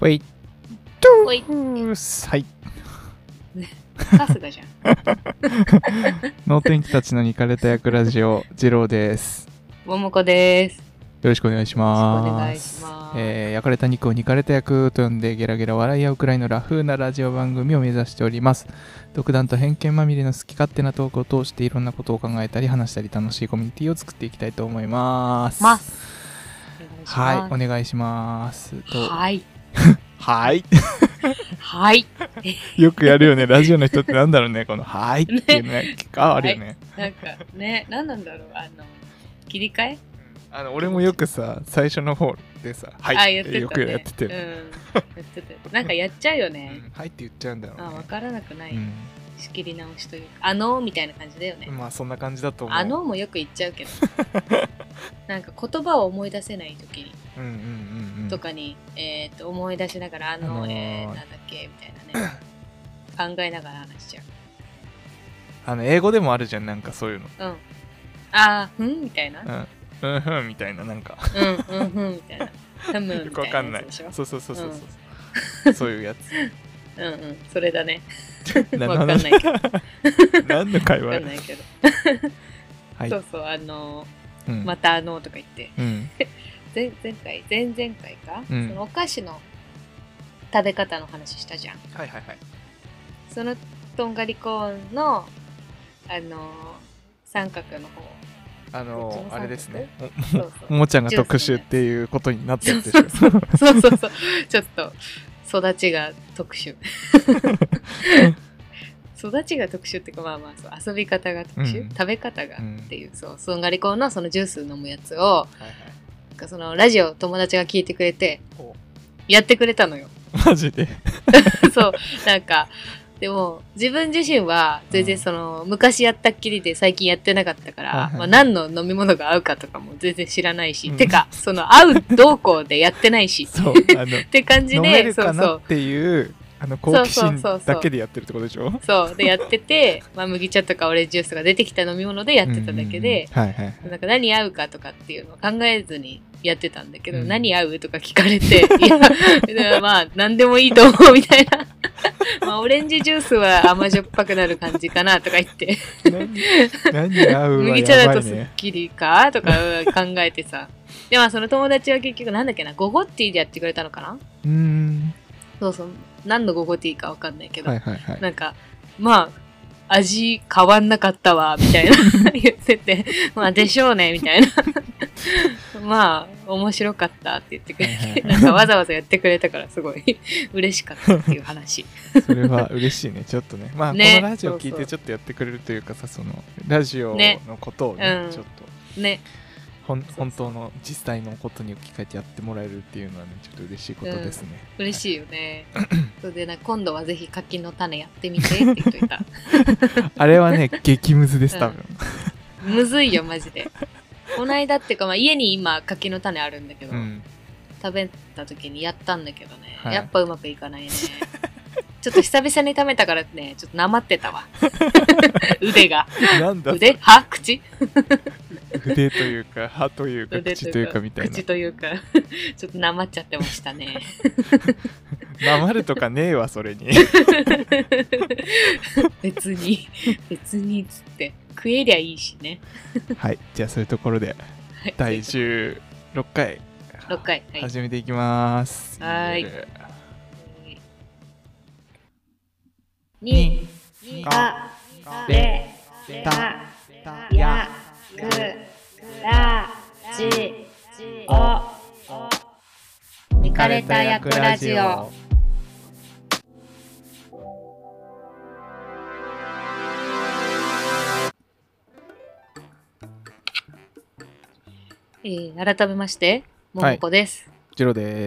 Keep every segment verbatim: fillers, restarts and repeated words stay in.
ウェイトゥーはい春日じゃん能天気たちのニカれた役ラジオ次郎です。 桃子です。 よろしくお願いします。 よろしくお願いします。 えー、焼かれた肉をニカれた役と呼んでゲラゲラ笑い合うくらいのラフなラジオ番組を目指しております。独断と偏見まみれの好き勝手なトークを通していろんなことを考えたり話したり楽しいコミュニティを作っていきたいと思います。 ますはい、お願いします。 はいはいはいよくやるよねラジオの人って。なんだろうねこのはいっていうね結構あるよね。 なんかね、なんなんだろう、あの切り替え、 あの俺もよくさ最初の方でさはいってよくやってて、 うん、やっててなんかやっちゃうよね、 うん、はいって言っちゃうんだろうね。 あ、分からなくない、 うん、 仕切り直しというかあのーみたいな感じだよね。 まあそんな感じだと思う。 あのーもよく言っちゃうけどなんか言葉を思い出せない時に、うんうんうんうん、とかに、えー、と思い出しながらあの、あのー、えー、なんだっけみたいなね考えながら話しちゃう。あの英語でもあるじゃんなんかそういうの。 うん。あーふんみたいな。 うんうんふんみたいななんかうんうんふんみたいな。ふむみたいなやつでしょ。よくわかんない。 そうそうそうそうそう、うん、そういうやつ。 うんうんそれだね。 わかんないけど。 何の会話？ わかんないけど。はい、そうそうあのーうん、またあのーとか言って、うん、前, 前回前々回か、うん、そのお菓子の食べ方の話したじゃん。 はいはいはい。 そのとんがりコーンのあのー、三角の方。 あのー、あれですね。ももちゃんが特殊っていうことになってるでしょ。 そうそうそうそう。ちょっと育ちが特殊。育ちが特殊っていうかまあまあそう遊び方が特殊、うん、食べ方がっていう、うん、そうとんがりコーンのそのジュース飲むやつを、はいはい、そのラジオ友達が聞いてくれてやってくれたのよ。 マジで？ そうなんか。でも自分自身は全然その、うん、昔やったっきりで最近やってなかったから、はいはい、まあ、何の飲み物が合うかとかも全然知らないし、うん、てかその合うどうこうでやってないしそうあのって感じで飲めるかなっていうあの好奇心だけでやってるってことでしょ。 そうでやってて、まあ、麦茶とかオレンジジュースが出てきた飲み物でやってただけで、 うんうんはいはい、 なんか何合うかとかっていうのを考えずにやってたんだけど、うん、何合うとか聞かれていやまあ何でもいいと思うみたいなまあオレンジジュースは甘じょっぱくなる感じかなとか言って何, 何合うはやばいね。 麦茶だとすっきりかとか考えてさでまあその友達は結局なんだっけなゴゴッティーでやってくれたのかな。 うーんそうそう何のゴゴティーか分かんないけど、 はいはいはい、 なんかまあ味変わんなかったわみたいな言っててまあでしょうねみたいなまあ面白かったって言ってくれてなんかわざわざやってくれたからすごい嬉しかったっていう話それは嬉しいねちょっとねまあねこのラジオ聞いてちょっとやってくれるというかさそのラジオのことをね、ねうん、ちょっとねほん本当の実際のことに置き換えてやってもらえるっていうのはねちょっと嬉しいことですね、 うん、嬉しいよねそれでな今度はぜひ柿の種やってみてって言っといたあれはね激ムズです多分、 うん、むずいよマジでこないだっていうか、まあ、家に今柿の種あるんだけど、うん、食べた時にやったんだけどね、はい、やっぱうまくいかないねちょっと久々に食べたからねちょっとなまってたわ腕がなんだ腕歯口腕というか歯というか口というかみたいな口というかちょっとなまっちゃってましたねなまるとかねえわそれに別に別につって食えりゃいいしねはいじゃあそういうところで、はい、だいじゅうろっかいろっかい、はい、 始めていきますはいにかれたやくラジオニカれたやくラジオえー、改めましてももこです。 ジロです。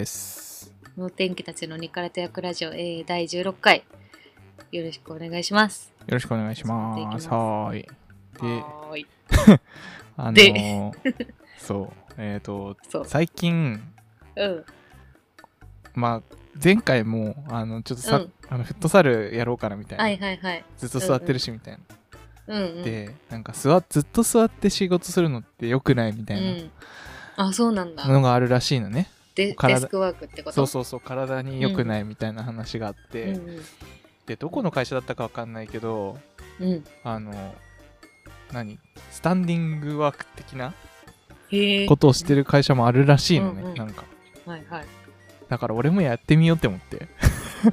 能天気たちのニカれたやくラジオ、えー、だいじゅうろっかいよろしくお願いします。 よろしくお願いします。はーい。で、 はーいあのー、そう、えっ、ー、と、最近、 うん、 まあ、前回も、あの、ちょっとさ、うん、あのフットサルやろうかなみたいな。 はいはいはい。 ずっと座ってるし、みたいな。 うんうん、 で、なんか座、ずっと座って仕事するのって良くないみたいな。うん、 あ、そうなんだ。 のがあるらしいのね。 デ, デスクワークってこと？ そうそうそう、体に良くないみたいな話があって、うんうん、でどこの会社だったか分かんないけど、うん、あの何スタンディングワーク的なことをしてる会社もあるらしいのね、うんうん、なんか、はいはい、だから俺もやってみようって思って、 うん、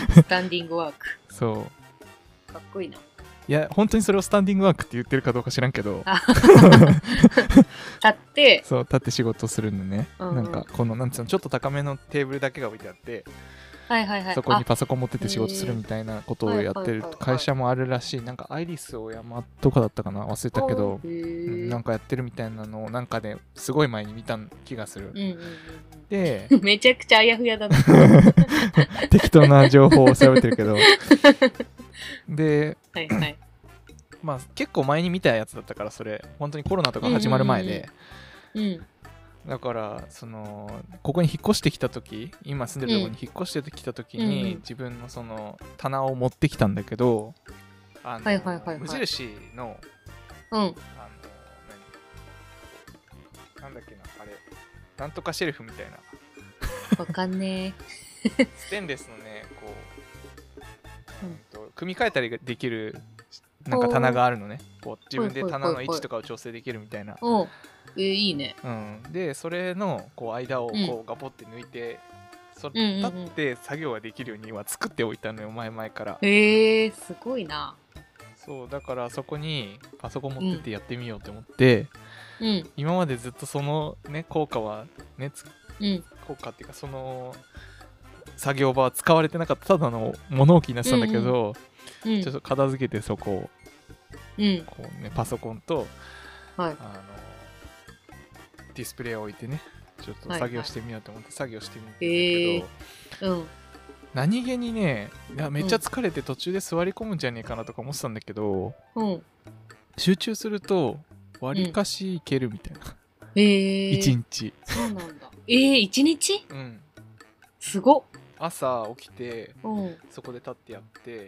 スタンディングワークそうかっこいいな。 いや本当にそれをスタンディングワークって言ってるかどうか知らんけど立ってそう立って仕事するんでね、うんうん、なんかこのなんつうのちょっと高めのテーブルだけが置いてあって、はいはいはい、そこにパソコン持ってって仕事するみたいなことをやってる会社もあるらしい。なんかアイリスオーヤマとかだったかな忘れたけど、うん、なんかやってるみたいなのをなんかですごい前に見た気がする、うんうんうん、でめちゃくちゃあやふやだな適当な情報を調べてるけどで、はいはい、まあ結構前に見たやつだったからそれ本当にコロナとか始まる前で、うんうんうんうん、だからそのここに引っ越してきた時今住んでるところに引っ越してきた時に、うん、自分のその棚を持ってきたんだけどあの、はいはいはいはい、無印の、うん、あの何なんだっけなあれなんとかシェルフみたいなわかんねえステンレスのねこう、うん、と組み替えたりできるなんか棚があるのね。こう自分で棚の位置とかを調整できるみたいな。 おえー、いいね。 うん、でそれのこう間をこうガポって抜いて、うん、それ立って作業ができるようには作っておいたのよ前々から。 へえー、すごいな。 そうだからそこにパソコン持ってってやってみようと思って、うん、今までずっとそのね効果はね、うん、効果っていうかその作業場は使われてなかったただの物置になってたんだけど、うんうん、ちょっと片付けてそこを、うん、こうねパソコンと、はい、あのディスプレイを置いてねちょっと作業してみようと思って作業してみてんだけど、はいはい、えーうん、何気にねいやめっちゃ疲れて途中で座り込むんじゃねえかなとか思ってたんだけど、うん、集中するとわりかしいけるみたいな、うん、えー、いちにちそうなんだえー、いちにち、うん、すごっ朝起きて、うん、そこで立ってやって、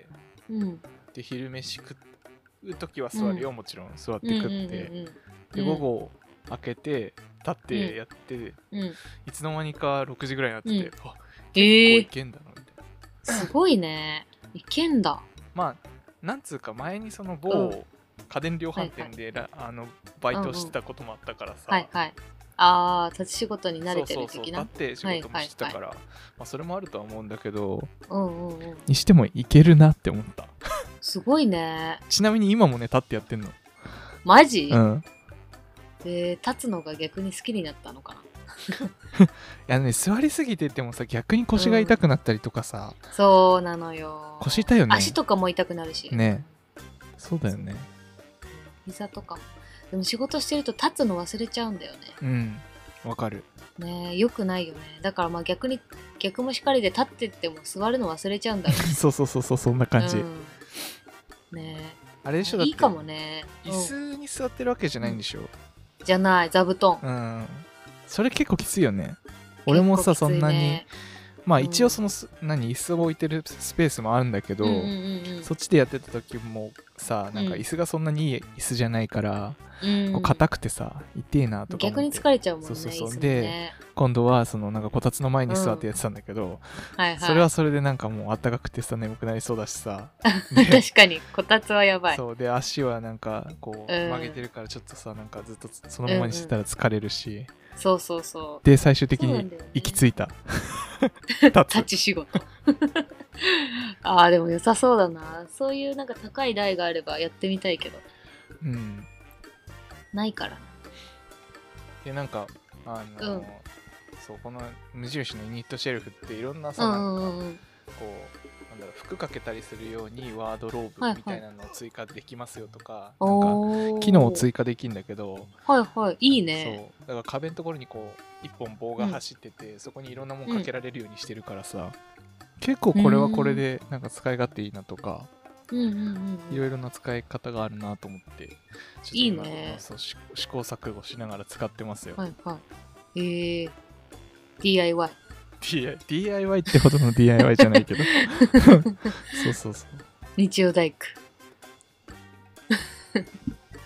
うん、で昼飯食う時は座るよ、うん、もちろん座って食って、うんうんうんうん、で午後開けて立ってやって、うん、いつの間にかろくじぐらいになってて、うん、あ結構いけんだなみたいな、 えー、すごいねいけんだまあなんつうか前にその某家電量販店で、うんはいはい、あのバイトしてたこともあったからさ、 うんうん、はいはいああ、立ち仕事に慣れてる的な。 そうそうそう、立って仕事もしてたから、はいはいはい、まあ、それもあるとは思うんだけど、 うんうんうん、 にしてもいけるなって思った。 すごいね。 ちなみに今もね、立ってやってんの。 マジ？ うん。 で、立つのが逆に好きになったのかな。 いやね、座りすぎててもさ、逆に腰が痛くなったりとかさ。 うん、そうなのよ。 腰痛いよね。 足とかも痛くなるし。 ね。そうだよね。 膝とかも。でも仕事してると立つの忘れちゃうんだよね。 うんわかるねえよくないよね。だからまあ逆に逆もしかりで立ってっても座るの忘れちゃうんだろう、ね、 そうそうそうそうそんな感じ、うん、 ねえあれでしょだっていいかもね椅子に座ってるわけじゃないんでしょ、うん、 じゃない座布団うんそれ結構きついよね。俺もさ、ね、そんなにまあ一応その、うん、何椅子を置いてるスペースもあるんだけど、うんうんうんうん、そっちでやってた時もさなんか椅子がそんなにいい椅子じゃないから、うん、こう硬くてさ痛えなとか思って逆に疲れちゃうもんね。 そうそうそう、 ね、 で今度はそのなんかこたつの前に座ってやってたんだけど、うんはいはい、それはそれでなんかもうあったかくてさ眠くなりそうだしさ確かにこたつはやばい。 そうで足はなんかこう、うん、曲げてるからちょっとさなんかずっとそのままにしてたら疲れるし、うんうんそうそうそうで最終的に行き着いた、 ね、立ち仕事ああでも良さそうだな。そういうなんか高い台があればやってみたいけどうんないからでなんかあの、うん、そうこの無印のユニットシェルフっていろんなさ、うんうんうん、なんかこうなんだろう服かけたりするようにワードローブみたいなのを追加できますよとか、はいはい、なんか機能を追加できるんだけどはいはいいいね。 そうだから壁のところにこう一本棒が走ってて、うん、そこにいろんなものかけられるようにしてるからさ、うん、結構これはこれでなんか使い勝手いいなとかいろいろな使い方があるなと思ってちょっと今いいね。そう試行錯誤しながら使ってますよ。 はいはいえー、ディーアイワイディーアイワイ ってほどの ディーアイワイ じゃないけどそうそうそう日曜大工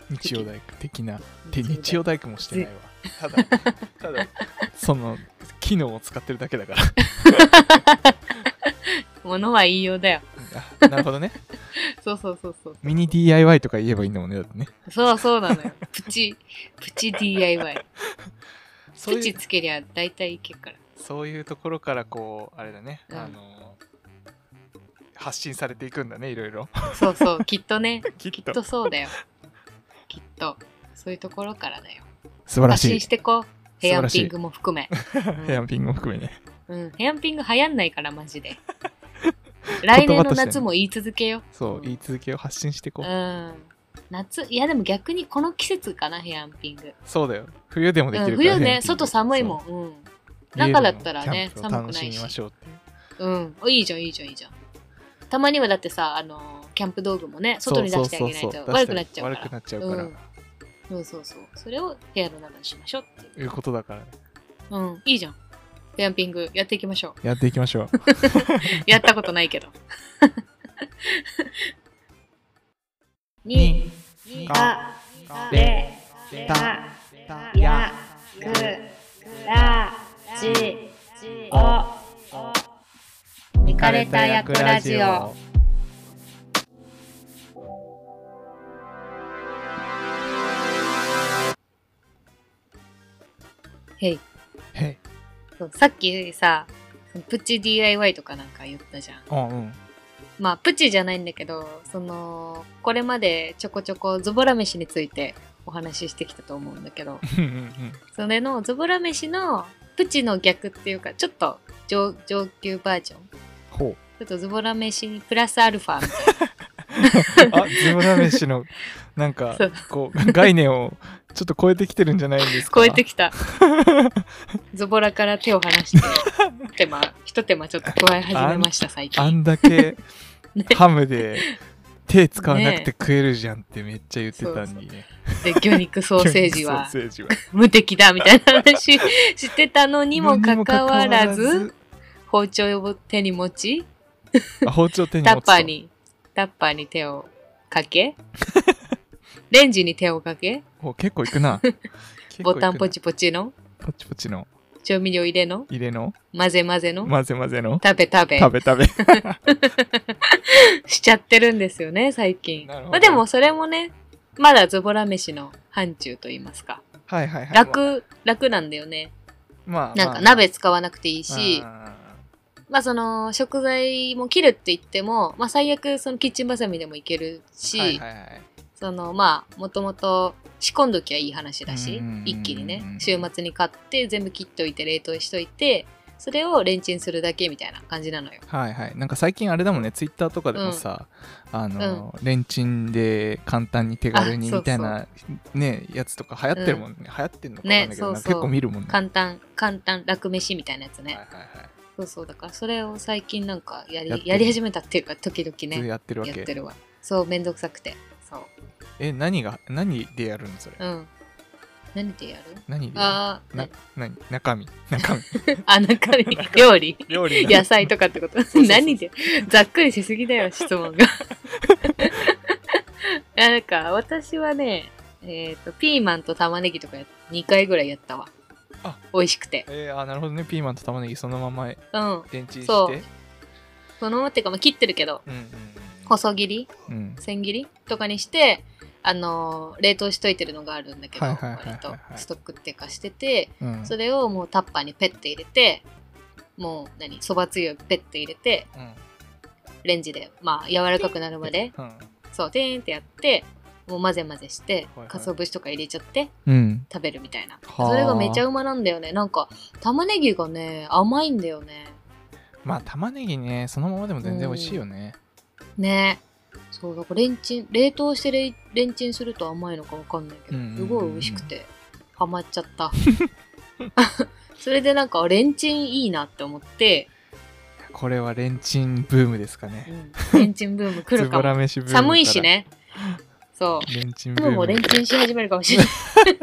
日曜大工的な。で日曜大工もしてないわ。ただただその機能を使ってるだけだから。 物は言いようだよ。 なるほどね。 そうそうそうそう。 ミニ ディーアイワイ とか言えばいいんだもんね、だってね。 そうそうなのよ。プチプチ ディーアイワイ。プチつけりゃ大体いけるから。 そういうところからこうあれだね、うん、あの発信されていくんだね、いろいろ。 そうそう、きっとね。きっと、きっとそうだよ。きっとそういうところからだよ。 素晴らしい。 発信してこう。ヘアンピングも含め。 ヘアンピングも含めね。 うん、ヘアンピング流行んないからマジで。来年の夏も言い続けよう。 そう、言い続けよう。発信してこう。 うん。夏、いやでも逆にこの季節かな、ヘアンピング。 そうだよ。冬でもできるから、 うん、冬ね、外寒いもん。うん。中だったらね、寒くないし。うん。いいじゃん、いいじゃん、いいじゃん。たまにはだってさ、あの、キャンプ道具もね、外に出してあげないと悪くなっちゃうから。 悪くなっちゃうから。 そうそうそう。それを部屋の中にしましょうっていうことだからね。 うん、いいじゃん。ヘアンピングやっていきましょう。やっていきましょう。 やったことないけど。に、か、れ、た、や、く、ら、じ、お。イカれたやくラジオ。へい。 へい。 さっきさ、プチ ディーアイワイ とかなんか言ったじゃん。 あ、うん。 まあプチじゃないんだけど、そのこれまでちょこちょこズボラ飯についてお話ししてきたと思うんだけど、それのズボラ飯のプチの逆っていうか、ちょっと 上, 上級バージョン。 ほう。 ちょっとズボラ飯にプラスアルファみたいな。 あ、ズボラ飯のなんかこう概念をちょっと超えてきてるんじゃないんですか。 超えてきた。ズボラから手を離して手間一手間ちょっと加え始めました最近。 あんだけハムで手使わなくて食えるじゃんってめっちゃ言ってたんにね。 で魚肉ソーセージは無敵だみたいな話してたのにもかかわらず包丁を手に持ち、 包丁手に持つとタッパーにタッパーに手をかけレンジに手をかけ、 お結構いくな。 ボタンポチポチのポチポチの調味料入れの入れの混ぜ混ぜの混ぜ混ぜの食べ食べ食べ食べしちゃってるんですよね最近。まあでもそれもね、まだズボラ飯の範疇と言いますか。 はいはいはい。 楽、 まあ、 楽なんだよね。 まあなんか鍋使わなくていいし、まあ、まあその食材も切るって言っても、まあ最悪そのキッチンバサミでもいけるし、はいはいはい、そのまあもともと仕込んどきゃいい話だし、一気にね週末に買って全部切っといて冷凍しといて、それをレンチンするだけみたいな感じなのよ。 はいはい。なんか最近あれだもんね、ツイッターとかでもさ、うん、あの、うん、レンチンで簡単に手軽にみたいなねやつとか流行ってるもんね。うん、流行ってんのかわかんないけど、ね、そうそう結構見るもんね。 簡単簡単楽飯みたいなやつね。はいはいはい。そうそう、だからそれを最近なんかやりやり始めたっていうか、時々ねやってるわけ。 やってるわ。そう、めんどくさくて。そう。 え、何が何でやるのそれ。 うん。何でやる？ 何でやる？ あな何中身中身。 あ、中身料理料理野菜とかってこと？何で？ざっくりしすぎだよ質問が。いやなんか私はね、えっとピーマンと玉ねぎとかにかいぐらいやったわ。あ、美味しくて。 えー、あ、なるほどね。ピーマンと玉ねぎそのままレンチンして。 そう。そのままっていうか、まあ、切ってるけど、うんうんうん、細切り、うん、千切りとかにして、あのー、冷凍しといてるのがあるんだけど、割とストックっていうかしてて、うん、それをもうタッパーにペッて入れて、もう何、そばつゆをペッて入れて、うん、レンジで、まあ、柔らかくなるまで、うん、そう、てーんってやって、もう混ぜ混ぜして、はいはい、鰹節とか入れちゃって、うん、食べるみたいな。それがめちゃうまなんだよね。なんか、玉ねぎがね、甘いんだよね。 まあ、玉ねぎね、そのままでも全然美味しいよね。 うん、ね。そう、だからレンチン、冷凍してレレンチンすると甘いのかわかんないけど、うんうんうんうん、すごい美味しくて、ハマっちゃった。それでなんか、レンチンいいなって思って、 これはレンチンブームですかね。 うん、レンチンブーム来るかも。 ズボラ飯ブーム。 寒いしね。そう。 レンチンブーム。 もうレンチンし始めるかもしれない。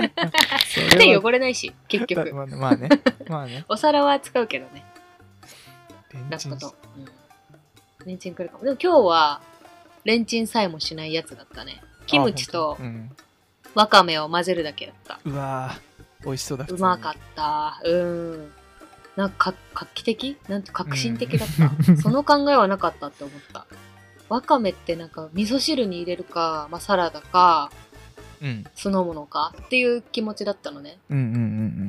手汚れないし、結局。 まあ、まあね。まあね。 お皿は使うけどね。 レンチン。 うん。レンチン来るかも。でも今日は、レンチンさえもしないやつだったね。キムチと、うん、 わかめを混ぜるだけだった。 うわー美味しそうだ。 うまかった。うんなんか画期的なんて革新的だった、うん、その考えはなかったって思った。わかめってなんか味噌汁に入れるか、まあ、サラダか、うん、酢の物かっていう気持ちだったのね、うんうんうんうん、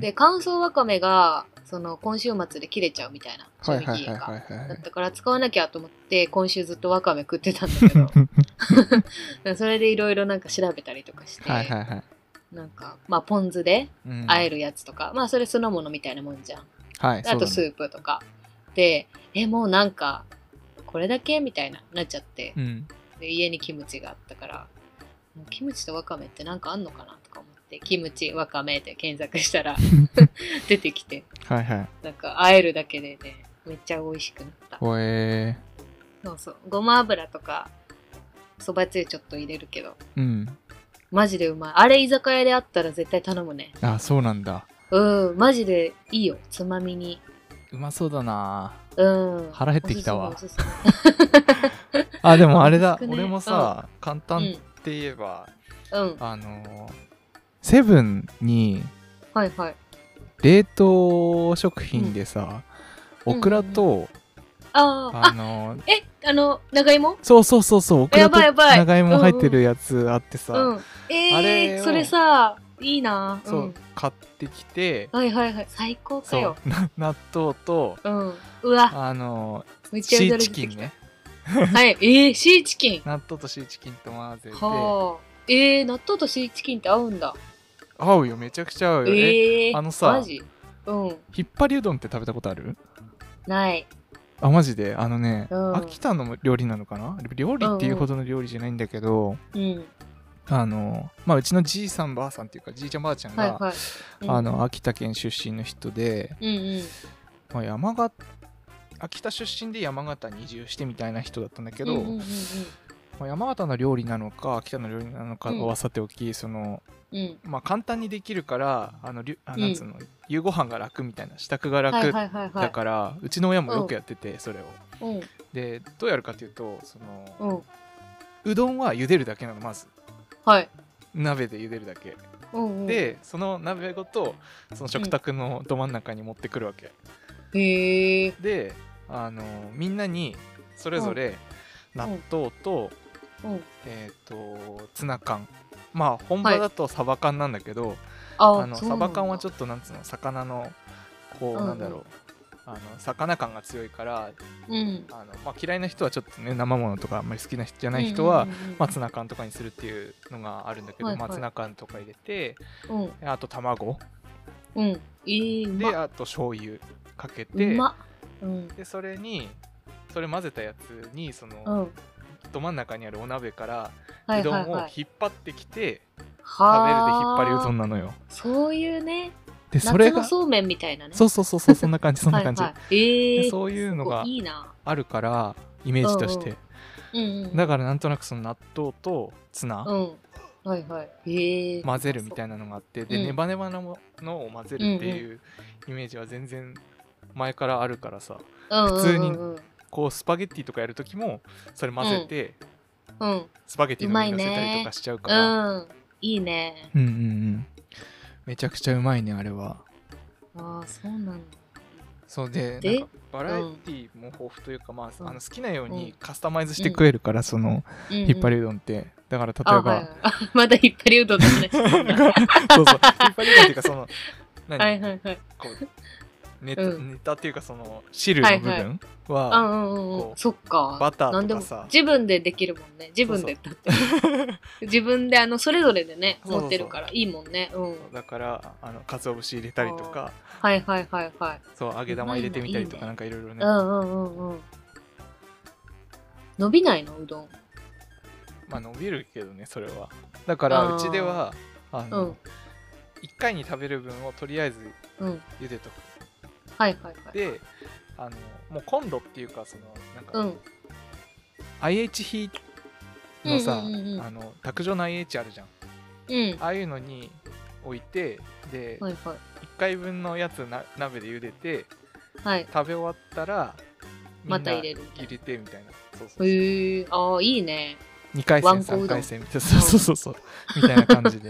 で乾燥わかめがその今週末で切れちゃうみたいな賞味期限がだったから使わなきゃと思って今週ずっとわかめ食ってたんだけどそれでいろいろなんか調べたりとかして、はいはいはい、なんかまあポン酢で和えるやつとか、うん、まあそれ酢の物みたいなもんじゃん、はい、あとスープとかでえもうなんかこれだけみたいななっちゃって、うん、で家にキムチがあったからキムチとわかめってなんかあんのかなとか思ってキムチわかめって検索したら出てきてはい、はい、なんか和えるだけでねめっちゃ美味しくなった。ほえー、そうそうごま油とかそばつゆちょっと入れるけど、うん、マジでうまい。あれ居酒屋であったら絶対頼むね。 あそうなんだ。 うんマジでいいよつまみに。 うまそうだな。うん腹減ってきたわ。あでもあれだ、ね、俺もさ、うん、簡単って言えば、うん、あのセブンにはいはい冷凍食品でさ、うん、オクラと、うんうん、 ああのー、えあの長芋そうそうそうそうオクラと長芋入ってるやつあってさ、うんうん、 えー、あれそれさいいな、 そう、うん、買ってきてはいはいはい最高かよ。 納豆と、うん、 うわあのー、シーチキンねはいえー、シーチキン納豆とシーチキンと混ぜてはあえー、納豆とシーチキンって合うんだ。 合うよめちゃくちゃ合うよ、えー、あのさマジうんひっぱりうどんって食べたことある？ ないあマジであのね、うん、秋田の料理なのかな料理っていうほどの料理じゃないんだけど、うん、あのまあうちのじいさんばあさんっていうかじいちゃんばあちゃんが、はいはいうん、あの秋田県出身の人で、うんうんまあ、山形秋田出身で山形に移住してみたいな人だったんだけど、うんうんうんうんまあ、山形の料理なのか秋田の料理なのかはさておき、うん、そのうんまあ、簡単にできるからあのあなんつうの、うん、夕ご飯が楽みたいな支度が楽だから、はいはいはいはい、うちの親もよくやってて、うん、それを、うん、でどうやるかというとその、うん、うどんは茹でるだけなのまず、はい、鍋で茹でるだけ、うんうん、でその鍋ごとその食卓のど真ん中に持ってくるわけ、うん、へえであのみんなにそれぞれ納豆と、うん、えっ、ー、とツナ缶まあ本場だとサバ缶なんだけど、はい、あのサバ缶はちょっとなんつうの魚のこう、うん、なんだろうあの魚感が強いから、うんあのまあ、嫌いな人はちょっとね生ものとかあんまり好きな人じゃない人は、うんうんうんうんまあ、ツナ缶とかにするっていうのがあるんだけど、はいはいまあ、ツナ缶とか入れて、うん、あと卵、うん、いいであと醤油かけて、うまうん、でそれにそれ混ぜたやつにその、うんど真ん中にあるお鍋からうどんを引っ張ってきて食べるで引っ張りうどんなのよ。 そういうねでそれが夏のそうめんみたいなねそうそうそうそうそんな感じそんな感じはい、 はいえー、 そういうのがあるからイメージとして、うんうんうん、だからなんとなくその納豆とツナ、うんはいはいえー、混ぜるみたいなのがあってで、うん、ネバネバなものを混ぜるっていうイメージは全然前からあるからさ、うんうん、普通にこうスパゲッティとかやるときもそれ混ぜて、うんうん、スパゲッティの上に乗せたりとかしちゃうから、 うん、いいねうんうんうんめちゃくちゃうまいねあれは。 ああそうなんだ。 そうでなんかバラエティも豊富というか、うんまあ、あの好きなようにカスタマイズして食えるから、うん、その、うん、引っ張りうどんってだから例えば、はいはい、 まだ引っ張りうどんだねそうそう引っ張りうどんっていうかその何はいはいはいこうネタ、うん、ネタっていうかその汁の部分は、はいはい、うんうんうん、そっかバターとかさ自分でできるもんね自分でだって自分であのそれぞれでね持ってるからいいもんね、うん、 だからあの鰹節入れたりとかはいはいはいはいそう揚げ玉入れてみたりとか、いいね、なんかいろいろねうんうんうんうん伸びないのうどんまあ伸びるけどねそれはだからうちではあの、うん、いっかいに食べる分をとりあえず茹でとく、うんはいはいはい、 であのもうコンロっていうかそのなんか、うん、アイエイチ 比のさ、うんうんうんうん、あの卓上の アイエイチ あるじゃん、うん、ああいうのに置いてで、はいはい、いっかいぶんのやつな鍋で茹でて、はい、食べ終わったらまた入れる入れてみたいなそうそうそうへえああいいねにかい戦さんかい戦みたいなそうそうそうそうみたいな感じで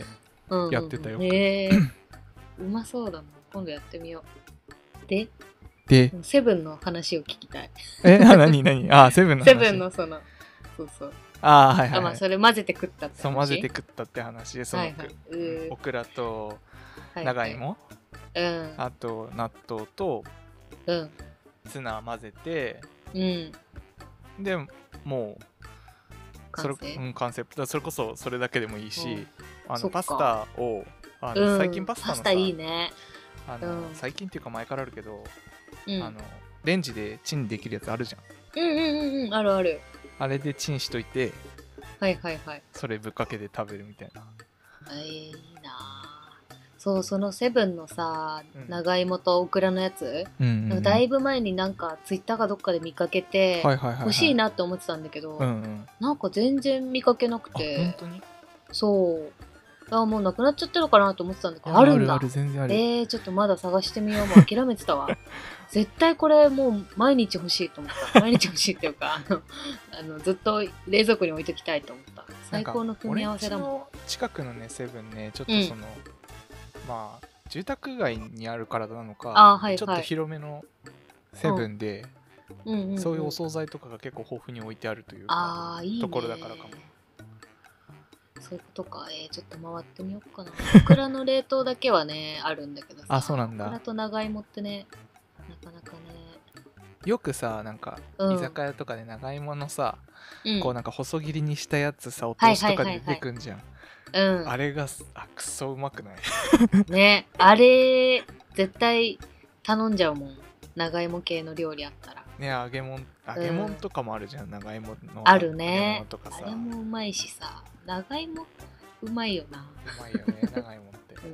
やってたよ。 うんうん、へえうまそうだな。今度やってみよう。ででセブンの話を聞きたい。 え何何あセブンの話。 セブンのそのそうそうあはいはい、はい、 あまあそれ混ぜて食ったって話。 そう混ぜて食ったって話でその、はいはい、オクラと長芋、はいはい、うん、あと納豆と、うん、ツナ混ぜて、うん、でもうそれ完成、うん、完成だそれこそそれだけでもいいし、うん、あのパスタをあの、うん、最近パスタのさパスタいいねあの、うん、最近っていうか前からあるけど、うん、あのレンジでチンできるやつあるじゃん。 うんうんうんうんあるある。 あれでチンしといて、 はいはいはい。 それぶっかけで食べるみたいな。 えー、いいな。そうそのセブンのさ、うん、長芋とオクラのやつ、うんうんうん、なんかだいぶ前になんかツイッターかどっかで見かけて、はいはいはいはい、欲しいなって思ってたんだけど、うんうん、なんか全然見かけなくて。 本当に？ そうあもうなくなっちゃってるかなと思ってたんだけど、あるんだ。 あるある全然ある。 えー、ちょっとまだ探してみよう。もう諦めてたわ。絶対これもう毎日欲しいと思った。毎日欲しいっていうか、あの、あのずっと冷蔵庫に置いときたいと思った。最高の組み合わせだもん。 俺の近くのね、セブンね、ちょっとその、うん、まあ、住宅街にあるからなのか、あ、はいはい、ちょっと広めのセブンで、うんうんうんうん、そういうお惣菜とかが結構豊富に置いてあるというか、あいいね、ところだからかも。 そういうことか。えー、ちょっと回ってみようかな。オクラの冷凍だけはね、あるんだけどさ。 あ、そうなんだ。 オクラと長芋ってね、なかなかね。 よくさ、なんか、うん、居酒屋とかで長芋のさ、うん、こうなんか細切りにしたやつさ、お通しとかで出てくんじゃん。はいはいはいはい、うん。あれが、あ、くそうまくないね、あれ、絶対頼んじゃうもん。長芋系の料理あったら。 ね、揚げ物、揚げ物とかもあるじゃん、うん、長芋の。 あるね。とかさあれもうまいしさ。長芋うまいよな。 うまいよね、長芋って。うん、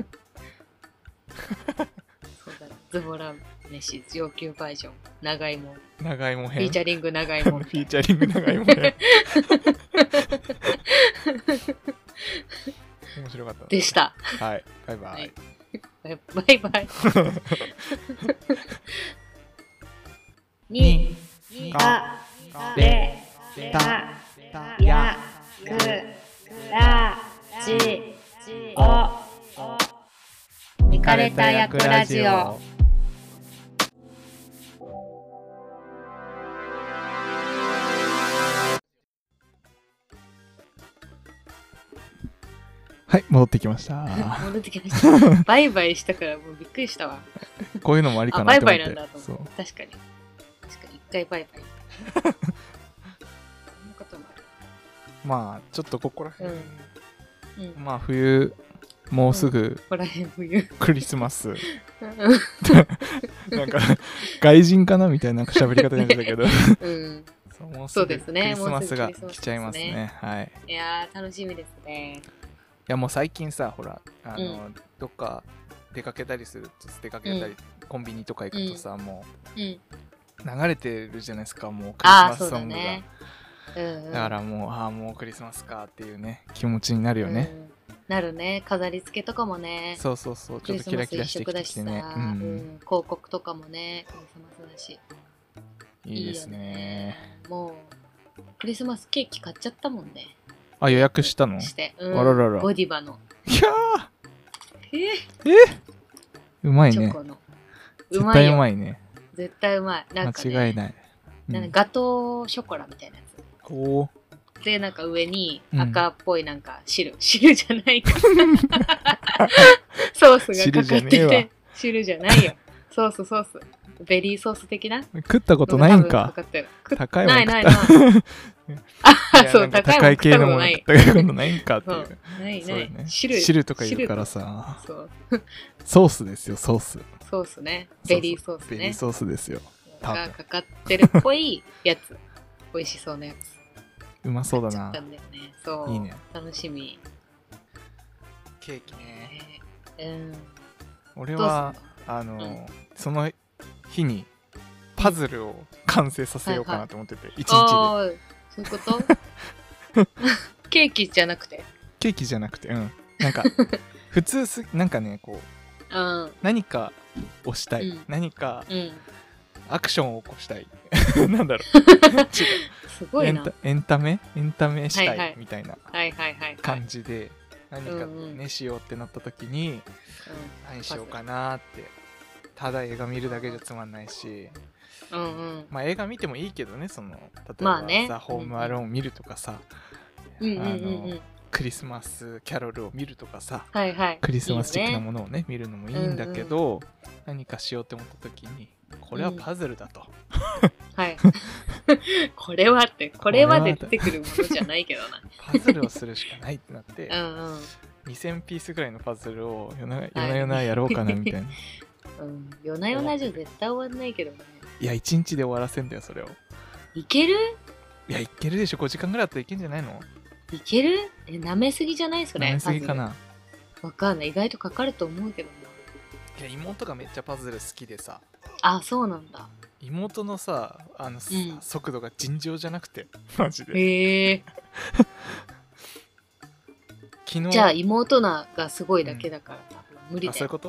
そうだ、ズボラ飯上級バージョン。長芋。 長芋編。 フィーチャリング長芋。 フィーチャリング長芋編。面白かった。 でした。 はい、バイバイ。はい、 バイバイ。に、か、れ、た、や、く、ら、じ、お。見かれた役ラジオ。 はい、戻ってきました。 戻ってきました。バイバイしたからもうびっくりしたわ。 こういうのもありかなって思って。 バイバイなんだと思って。確かに。確かに一回バイバイ。そんなこともある。 まあちょっとここら辺、うんうん、まあ冬もうすぐ、うん、ここら辺冬クリスマス。なんか外人かなみたいな喋り方になってたけど。うん。そうもうすぐクリスマスが来ちゃいますね。はい。 いやー楽しみですね。 いやもう最近さほらあの、うん、どっか出かけたりすると出かけたり、うん、コンビニとか行くとさ、うん、もう、うん、流れてるじゃないですかもうクリスマスソングが、ねうんうん、だからもうああもうクリスマスかっていうね気持ちになるよね、 うん、なるね飾り付けとかもねそうそうそうちょっとキラキラしてきてきてね、うんうん、 広告とかもねクリスマスだしいいですね、ねもうクリスマスケーキ買っちゃったもんねあ、予約したのして、うん、あらららゴディバのいやーええうまいね絶対うまいね絶対うまいなんか、ね、 間違いない、 うん、なんかガトーショコラみたいなやつおでなんか上に赤っぽいなんか汁、うん、汁じゃないかソースがかかってて汁じゃないよソースソースベリーソース的な食ったことないんか高いもんないないないあそう高い高い系のもの食ったことないんかっていうないない、 ね、 汁汁とか言うからさそうソースですよソースソースねベリーソースねベリーソースですよがかかってるっぽいやつ美味しそうなやつうまそうだな、 ね、そういいね楽しみケーキね、 えー、うん俺はあの、うん、その日にパズルを完成させようかなと思ってて、一、はいはい、 日でそういうことケーキじゃなくてケーキじゃなくてうんなんか普通すなんかねこう、うん、何かをしたい、うん、何か、うん、アクションを起こしたいなんだろう違うすごいなエンタ、エンタメエンタメしたい、はいはい、 みたいな感じで何かねしようってなった時に、うん、何しようかなって、ただ映画見るだけじゃつまんないし、 うんうん、 まあ映画見てもいいけどね、その例えば、 まあね、 ザ・ホームアローン見るとかさ、 うんうんうんうん、 クリスマスキャロルを見るとかさ、 はいはい、 クリスマス的なものを ね, いいね見るのもいいんだけど、うんうん、何かしようって思った時にこれはパズルだと、 うん、はいこれはってこれはで出てくるものじゃないけどなパズルをするしかないってなってうん、うん、 にせんピースぐらいのパズルを夜な夜な夜なやろうかなみたいな、 うん、夜な夜なじゃ絶対終わんないけどね。 いやいちにちで終わらせんだよそれを。 いける？ いやいけるでしょ、ごじかんぐらいだったらいけんじゃないの？ いける？え、舐めすぎじゃないそれ？ 舐めすぎかな。 わかんない、意外とかかると思うけどな。いや妹がめっちゃパズル好きでさ。 あ、そうなんだ。 妹のさあの、うん、速度が尋常じゃなくてマジで。 へえ昨日じゃあ妹ながすごいだけだから、うん、多分無理だよ。あ、そういうこと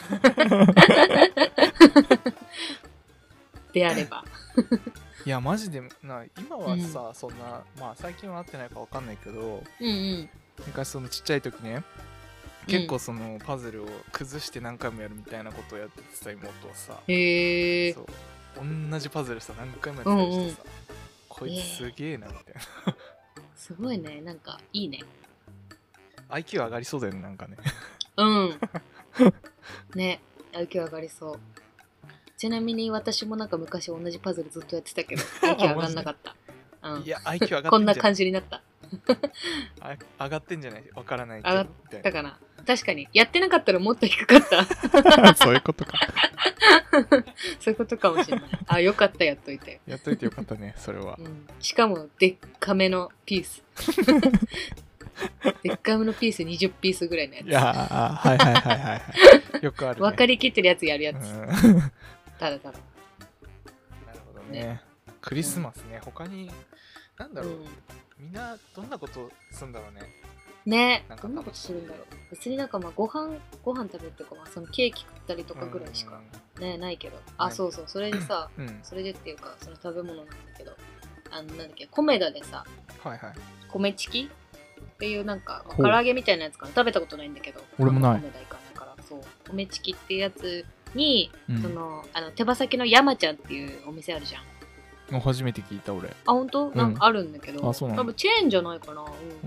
であればいやマジでな、今はさ、うん、そんなまあ最近は会ってないか分かんないけど、 うんうん、 昔そのちっちゃい時ね、結構そのパズルを崩して何回もやるみたいなことをやっててさ、妹はさ、 へえ、 そう同じパズルさ何回もやってたりしてさ、うんうん、こいつすげえなみたいな、 すごいね、なんかいいね。 アイキュー 上がりそうだよね、なんかねうんね、アイキュー 上がりそう。ちなみに私もなんか昔同じパズルずっとやってたけどアイキュー 上がんなかった、うん、 いや アイキュー 上がってんじゃんこんな感じになった上がってんじゃない、わからないけど上がったかな。確かにやってなかったらもっと低かったそういうことかそういうことかもしれない。あ、よかった、やっといてやっといてよかったねそれは、 うん、しかもでっかめのピースでっかめのピースにじゅうピースぐらいのやつ。 いやー、はいはいはいはい、はい、よくある、ね、 分かりきってるやつやるやつ、うん、ただただ。 なるほどね。ね、クリスマスね、うん、他になんだろう、うん、みんなどんなことするんだろうね。 ね、どんなことするんだろう。別になんかまあご飯ご飯食べるとか、まあ、そのケーキ食ったりとかぐらいしか、ね、ないけど、あ、ね、そうそう、それでさ、うん、それでっていうかその食べ物なんだけど、あのなんだっけ、コメダでさ、 はいはい、 米チキっていうなんか唐揚げみたいなやつかな、食べたことないんだけど、 俺もない。 コメダ行かないから、そう、米チキっていうやつに、うん、そのあの手羽先の山ちゃんっていうお店あるじゃん。 もう初めて聞いた俺。 あ、本当？うん、なんかあるんだけど、 あ、そうなんだ。 多分チェーンじゃないかな。 うん。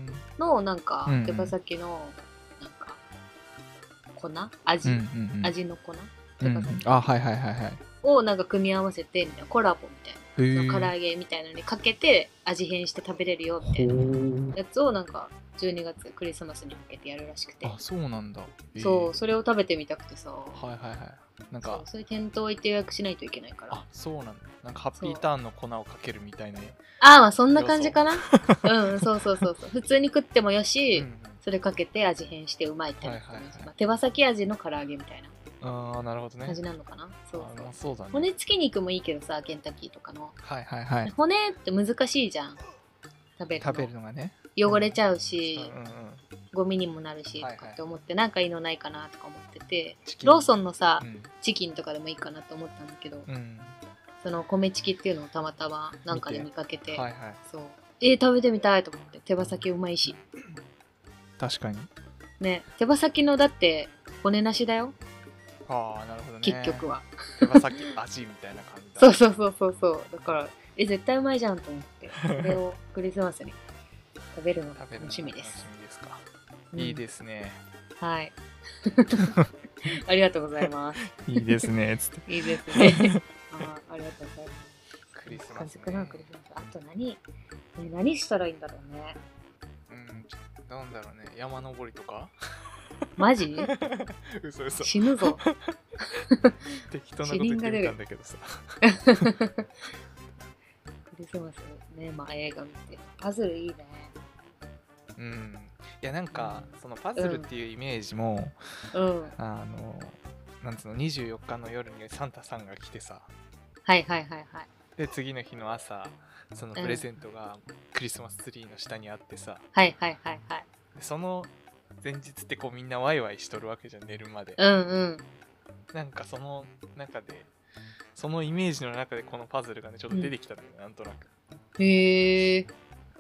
のなんか、うんうん、手羽先のなんか粉味、うんうんうん、味の粉、手羽先、 うん、あ、はいはいはいはい。 をなんか組み合わせてみたいな、コラボみたいな。唐揚げみたいなのにかけて味変して食べれるよみたいなやつをなんかじゅうにがつクリスマスに向けてやるらしくて。 あ、そうなんだ。 そう、それを食べてみたくてさ。 はいはいはい。なんかそう、そういう店頭行って予約しないといけないから。 あ、そうなんだ。なんかハッピーターンの粉をかけるみたいな。 ああ、まあそんな感じかな。うん、そうそうそうそう。普通に食ってもよし、うん、それかけて味変してうまいって、はいはいはい、まあ、手羽先味の唐揚げみたいな。 ああ、なるほどね。 感じなのかな。そうそう。 あ、そうだね。 骨付き肉もいいけどさ、ケンタッキーとかの。 はいはいはい。 骨って難しいじゃん。食べるの。 食べるのがね。 汚れちゃうし、 うんうんうん、 ゴミにもなるしとかって思って、はいはい、なんかいいのないかなとか思ってて、ローソンのさ、うん、チキンとかでもいいかなと思ったんだけど、うん、その米チキっていうのをたまたまなんかで見かけて、はいはい、そう、えー、食べてみたいと思って。手羽先うまいし。 確かに。 ね、手羽先のだって骨なしだよ。 ああ、なるほどね。 結局は手羽先味みたいな感じだ。 そうそうそうそうそう。だからえ絶対うまいじゃんと思って、それをクリスマスに食べるのが楽しみです。 楽しみですか。うん、いいですね。 はい。ありがとうございます。 いいですね。つって。 いいですね。ああ、ありがとうございます。 クリスマス、ね。 クリスマス。あと何、ね、何したらいいんだろうね。 うん、なんだろうね。山登りとか。 マジ？ 嘘嘘。 死ぬぞ。 適当なこと言ってみたんだけどさ。 クリスマスね、まあ映画見て。パズルいいね。 うん。いやなんか、うん、そのパズルっていうイメージも、 うん、 あのなんつうのにじゅうよっかの夜にサンタさんが来てさ。 はいはいはいはい。 で次の日の朝、そのプレゼントがクリスマスツリーの下にあってさ。 うん、はいはいはいはい。 でその前日ってこうみんなワイワイしとるわけじゃん、寝るまで。 うんうん。 なんかその中でそのイメージの中でこのパズルがねちょっと出てきたのよ、うん、なんとなく。 へえ。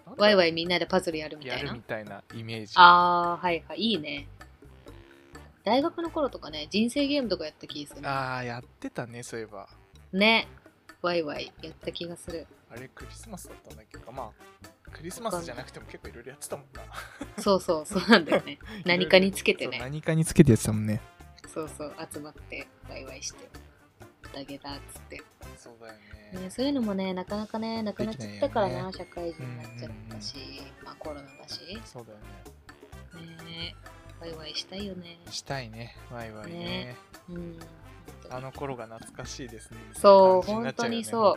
ワイワイみんなでパズルやるみたいな。 やるみたいなイメージ。 ああ、はいはい、いいね。大学の頃とかね、人生ゲームとかやった気がする。 ああ、やってたね、そういえば。 ね。ワイワイやった気がする。 あれ、クリスマスだったんだっけど、まあ、クリスマスじゃなくても結構いろいろやってたもんな。 そうそう、そうなんだよね。何かにつけてね。 何かにつけてやってたもんね。 そうそう、集まってワイワイして。だけだっつって。 そうだよね。 ね、そういうのもね、なかなかね、なくなっちゃったからな、ね、社会人になっちゃったし、うん、まあコロナだし。 そうだよね。ね、ワイワイしたいよね。 したいね、ワイワイね。ね、うん。あの頃が懐かしいですね。 そう、本当にそう。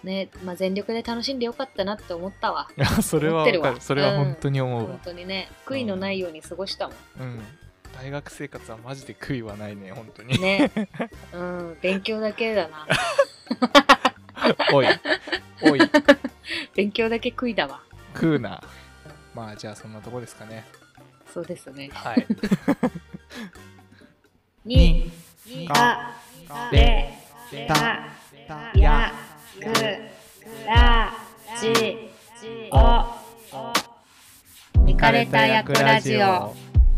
ね、まあ全力で楽しんでよかったなって思ったわ。 いや、それは分かる。それは本当に思うわ。うん、 本当にね、悔いのないように過ごしたもん。 うん。うん、大学生活はマジで悔いはないね、本当に。 ね。うん、勉強だけだな。 おい、おい。 勉強だけ悔いだわ。 食うな。まあじゃあそんなとこですかね。 そうですね。 はい。 に、か、れ、た、や、く、ら、じ、お。イカれたやくラジオ。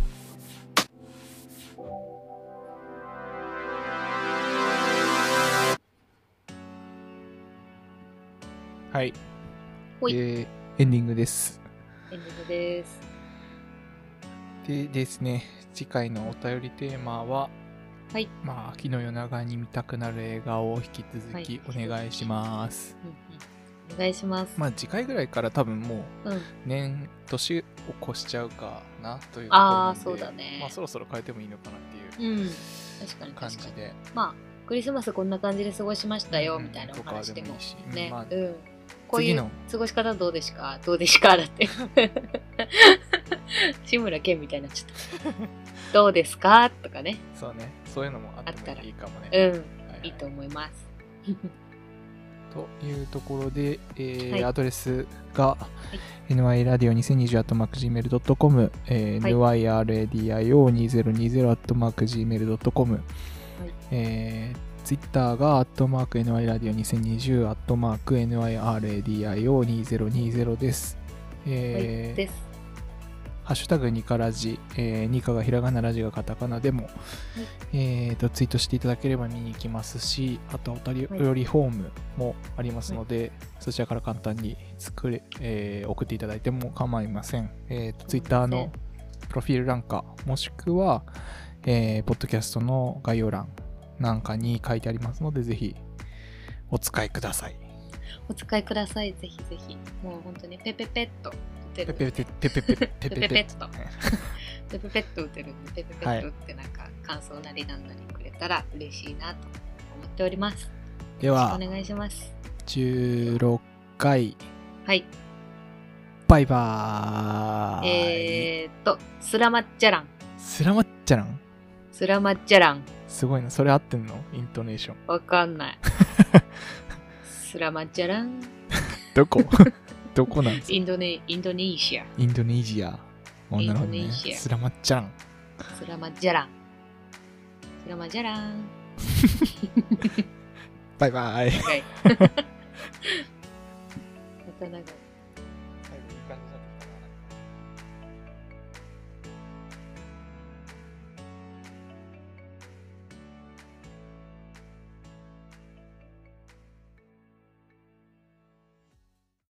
はい、えー、エンディングです。 エンディングです。 でですね、次回のお便りテーマは、 はい、 まあ秋の夜長に見たくなる映画を引き続きお願いします。 はいうんうん、お願いします。 まあ次回ぐらいから多分もう年、うん、年を越しちゃうかなというところなんで、 ああそうだね。 まあそろそろ変えてもいいのかなっていう、うん、確かに感じで、 まあクリスマスこんな感じで過ごしましたよ、うん、みたいなお話でもいいしね、まあ、うん。こういう過ごし方どうですかどうですかだって志村けんみたいになっちゃったどうですかとかね。 そうね、そういうのもあってもいいかもね。 うん、はいはい、いいと思いますというところで、えーはい、アドレスが、はい、エヌワイラディオにせんにじゅうアットマークジーメールドットコム、えー、エヌワイラディオにせんにじゅうアットマークジーメールドットコム、はいえーツイッターがアットマーク エヌワイラディオにせんにじゅうアットマーク エヌワイアールエーディーアイオーにせんにじゅうです。えー、はい、です。ハッシュタグニカラジ、えー、ニカがひらがなラジがカタカナでも、はいえー、とツイートしていただければ見に行きますし、あとお便りフォームもありますので、はい、そちらから簡単に作れ、えー、送っていただいても構いません。えー、とツイッターのプロフィール欄かもしくは、えー、ポッドキャストの概要欄なんかに書いてありますので、ぜひお使いください。 お使いください。ぜひぜひ。もう本当にペペペッと打てる。ペペペペペペペペペペッと。ペペペッと打てるんで、ペペペッとってなんか感想なりなんなりくれたら嬉しいなと思っております。 では、 お願いします。 じゅうろっかい。 はい。 バイバーイ。 えーっと、スラマッチャラン。 スラマッチャランスラマッチャラン。 すごいな、それ合ってんの？イントネーション。 わかんない。スラマッチャラン。 どこどこなんですか？ インドネ、インドネーシア。 インドネシア。インドネシア。スラマッチャラン。 スラマッチャラン。スラマッチャラン。 バイバイ。 また長い。最後いい感じだった。